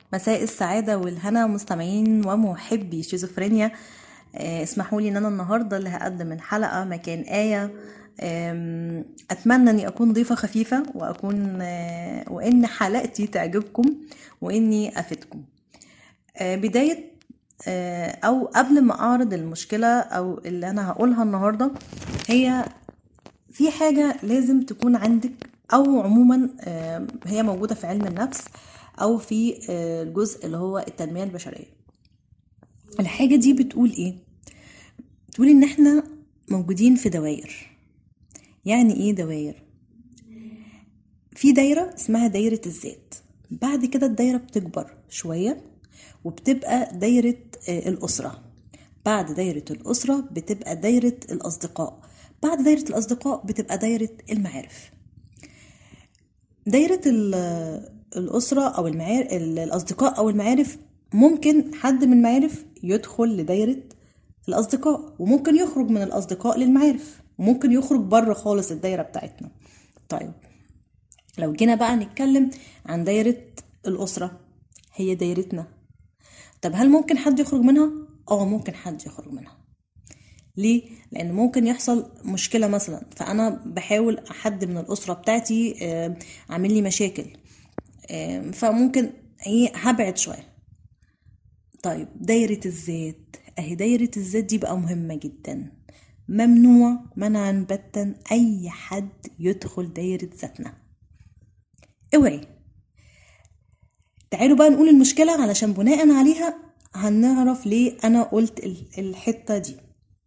مساء السعادة والهنا مستمعين ومحبي شيزوفرينيا. اسمحوا لي ان انا النهاردة اللي هقدم الحلقة مكان آية. اتمنى اني اكون ضيفة خفيفة واكون وان حلقتي تعجبكم واني افيدكم. بداية او قبل ما اعرض المشكلة او اللي انا هقولها النهاردة، هي في حاجة لازم تكون عندك، او عموما هي موجودة في علم النفس او في الجزء اللي هو التنمية البشرية. الحاجة دي بتقول ايه؟ بتقول ان احنا موجودين في دوائر. يعني ايه دوائر؟ في دايرة اسمها دايرة الذات، بعد كده الدايرة بتكبر شوية وبتبقى دايرة الأسرة، بعد دايرة الأسرة بتبقى دايرة الأصدقاء، بعد دايرة الأصدقاء بتبقى دايرة المعارف. دايرة الأسرة أو الأصدقاء أو المعارف، ممكن حد من المعارف يدخل لدايرة الأصدقاء، وممكن يخرج من الأصدقاء للمعارف، وممكن يخرج بره خالص الدايرة بتاعتنا. طيب لو جينا بقى نتكلم عن دايرة الأسرة، هي دايرتنا. طب هل ممكن حد يخرج منها؟ ممكن حد يخرج منها. ليه؟ لأن ممكن يحصل مشكلة مثلا، فأنا بحاول حد من الأسرة بتاعتي عامل لي مشاكل، فممكن هبعد شوية. طيب دايرة الذات، اهي دايرة الذات دي بقى مهمة جدا. ممنوع منعا باتا اي حد يدخل دايرة ذاتنا، اوعي. تعالوا بقى نقول المشكلة علشان بناء عليها هنعرف ليه انا قلت الحتة دي.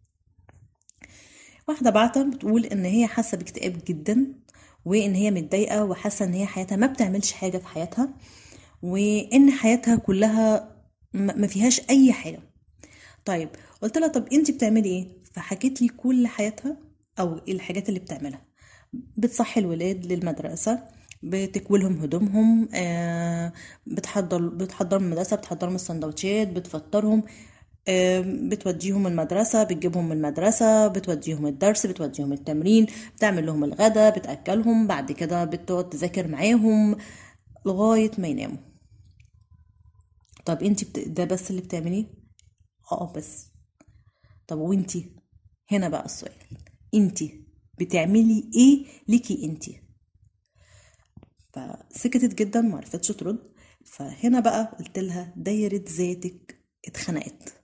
واحدة بعتها بتقول ان هي حاسة باكتئاب جدا، وان هي متضايقة وحاسة ان هي حياتها ما بتعملش حاجة في حياتها، وان حياتها كلها ما فيهاش اي حاجة. طيب قلت لها طب انتي بتعملي ايه؟ فحكيت لي كل حياتها او الحاجات اللي بتعملها. بتصحي الولاد للمدرسة، بتكويلهم هدومهم، بتحضرهم المدرسة، بتحضرهم السندوتشات، بتفطرهم، بتوديهم المدرسة، بتجيبهم من المدرسة، بتوديهم الدرس، بتوديهم التمرين، بتعمل لهم الغدا، بتأكلهم، بعد كده بتقعد تذاكر معاهم لغاية ما يناموا. طب انتي ده بس اللي بتعمليه؟ بس. طب وانتي؟ هنا بقى السؤال، انتي بتعملي ايه ليكي انتي؟ فسكتت جدا، معرفتش ترد. فهنا بقى قلت لها دايرة ذاتك اتخنقت.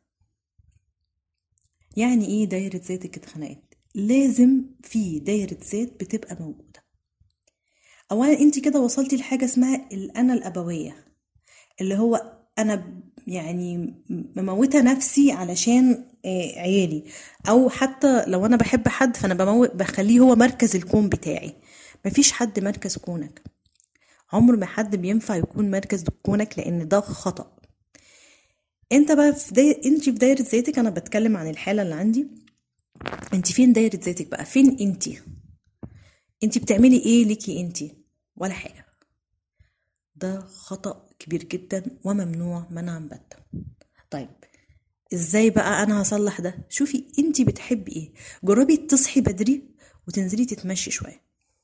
يعني ايه دايرة ذاتك اتخنقت؟ لازم في دايرة ذات بتبقى موجودة. اولا انتي كده وصلتي لحاجة اسمها الانا الابوية، اللي هو انا يعني مموتة نفسي علشان عيالي، او حتى لو انا بحب حد فانا بخليه هو مركز الكون بتاعي. مفيش حد مركز كونك، عمر ما حد بينفع يكون مركز كونك، لان ده خطأ. انت بقى انت في دايرة ذاتك. انا بتكلم عن الحالة اللي عندي. انت فين دايرة ذاتك بقى؟ فين انت بتعملي ايه ليكي انت؟ ولا حاجة. ده خطأ كبير جدا وممنوع منعا باتا. طيب ازاي بقى انا هصلح ده؟ شوفي انتي بتحبي ايه. جربي تصحي بدري وتنزلي تتمشي شوية.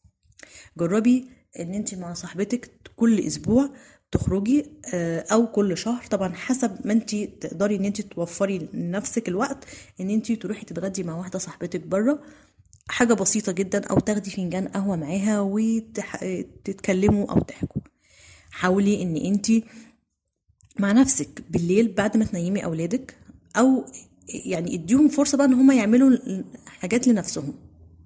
جربي ان انتي مع صاحبتك كل اسبوع تخرجي، او كل شهر، طبعا حسب ما انتي تقدري ان انتي توفري لنفسك الوقت، ان انتي تروحي تتغدي مع واحدة صاحبتك بره، حاجة بسيطة جدا، او تاخدي فنجان قهوة معاها وتتكلموا او تحكوا. حاولي ان انتي مع نفسك بالليل بعد ما تنيمي اولادك، او يعني اديهم فرصة بقى ان هم يعملوا حاجات لنفسهم،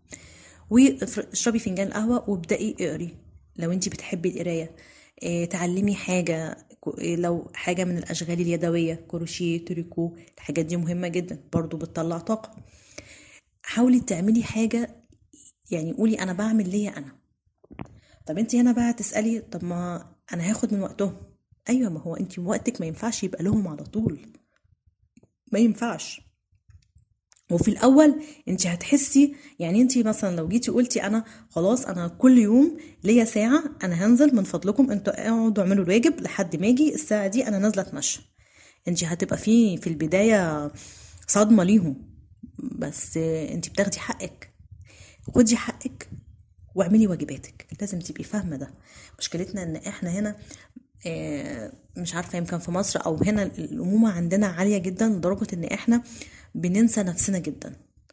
واشربي فنجان قهوة وابدأي اقري لو انتي بتحبي القراية. تعلمي حاجة، لو حاجة من الأشغال اليدوية، كروشيه، تريكو، الحاجات دي مهمة جدا برضو بتطلع طاقة. حاولي تعملي حاجة، يعني قولي أنا بعمل ليا أنا. طب انتي هنا بقى تسألي طب ما أنا هاخد من وقتهم. أيوة، ما هو انتي وقتك ما ينفعش يبقى لهم على طول، ما ينفعش. وفي الاول انت هتحسي، يعني انت مثلا لو جيتي قلتي انا خلاص انا كل يوم ليا ساعه انا هنزل، من فضلكم انتوا اقعدوا اعملوا الواجب لحد ما اجي الساعه دي انا نازله اتمشى، انت هتبقى في البدايه صدمه ليهم. بس انت بتاخدي حقك، خدي حقك واعملي واجباتك. لازم تبقي فاهمه ده. مشكلتنا ان احنا هنا مش عارفة، يمكن في مصر او هنا الأمومة عندنا عالية جدا لدرجة ان احنا بننسى نفسنا جدا،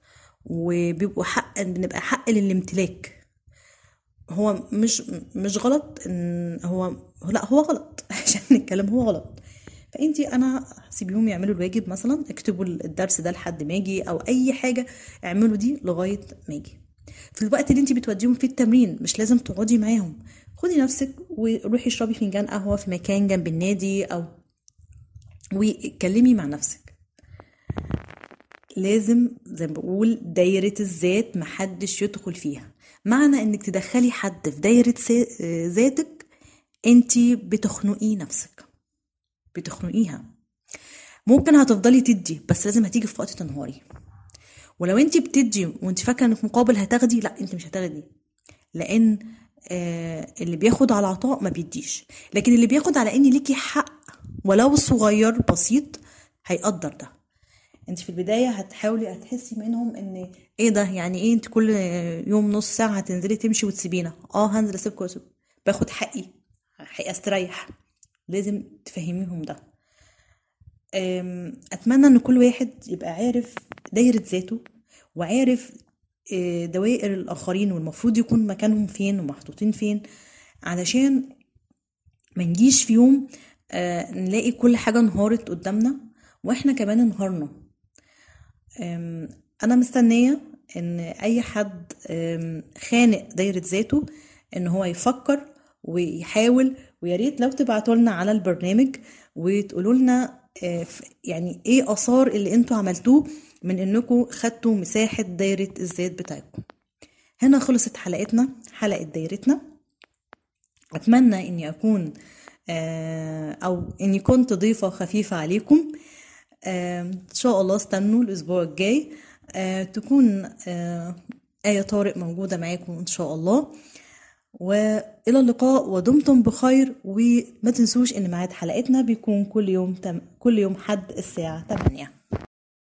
بنبقى حق للامتلاك. هو مش غلط، ان لا هو غلط عشان نتكلم، هو غلط. انا سيبيهم يعملوا الواجب، مثلا اكتبوا الدرس ده لحد ما اجي، او اي حاجه اعملوا دي لغايه ما اجي. في الوقت اللي انت بتوديهم فيه التمرين مش لازم تقعدي معاهم، خدي نفسك وروحي اشربي فنجان قهوه في مكان جنب النادي، او واتكلمي مع نفسك. لازم زي ما بقول دايرة الذات محدش يدخل فيها. معنى انك تدخلي حد في دايرة ذاتك، انتي بتخنقي نفسك، بتخنقيها. ممكن هتفضلي تدي، بس لازم هتيجي في وقت تنهاري. ولو انتي بتدي وانتي فاكره انك مقابل هتاخدي، لا انتي مش هتاخدي، لان اللي بياخد على العطاء ما بيديش. لكن اللي بياخد على ان ليكي حق ولو صغير بسيط هيقدر ده. انت في البدايه هتحسي منهم ان ايه ده، يعني ايه انت كل يوم نص ساعه هتنزلي تمشي وتسيبينا؟ هنزل اسيبكم، باخد حقي استريح. لازم تفهميهم ده. اتمنى ان كل واحد يبقى عارف دايره ذاته، وعارف دوائر الاخرين، والمفروض يكون مكانهم فين ومحطوطين فين، علشان ما نجيش في يوم نلاقي كل حاجه انهارت قدامنا واحنا كمان انهارنا. انا مستنيه ان اي حد خانق دايره ذاته ان هو يفكر ويحاول. ويا ريت لو تبعتوا لنا على البرنامج وتقولوا لنا يعني ايه اثار اللي انتوا عملتوه من انكم خدتوا مساحه دايره الذات بتاعكم. هنا خلصت حلقه دايرتنا. اتمنى اني اكون او اني كنت ضيفه خفيفه عليكم. ان شاء الله استنوا الاسبوع الجاي تكون آية طارق موجودة معاكم ان شاء الله. والى اللقاء ودمتم بخير. وما تنسوش ان ميعاد حلقتنا بيكون كل يوم حد الساعة 8.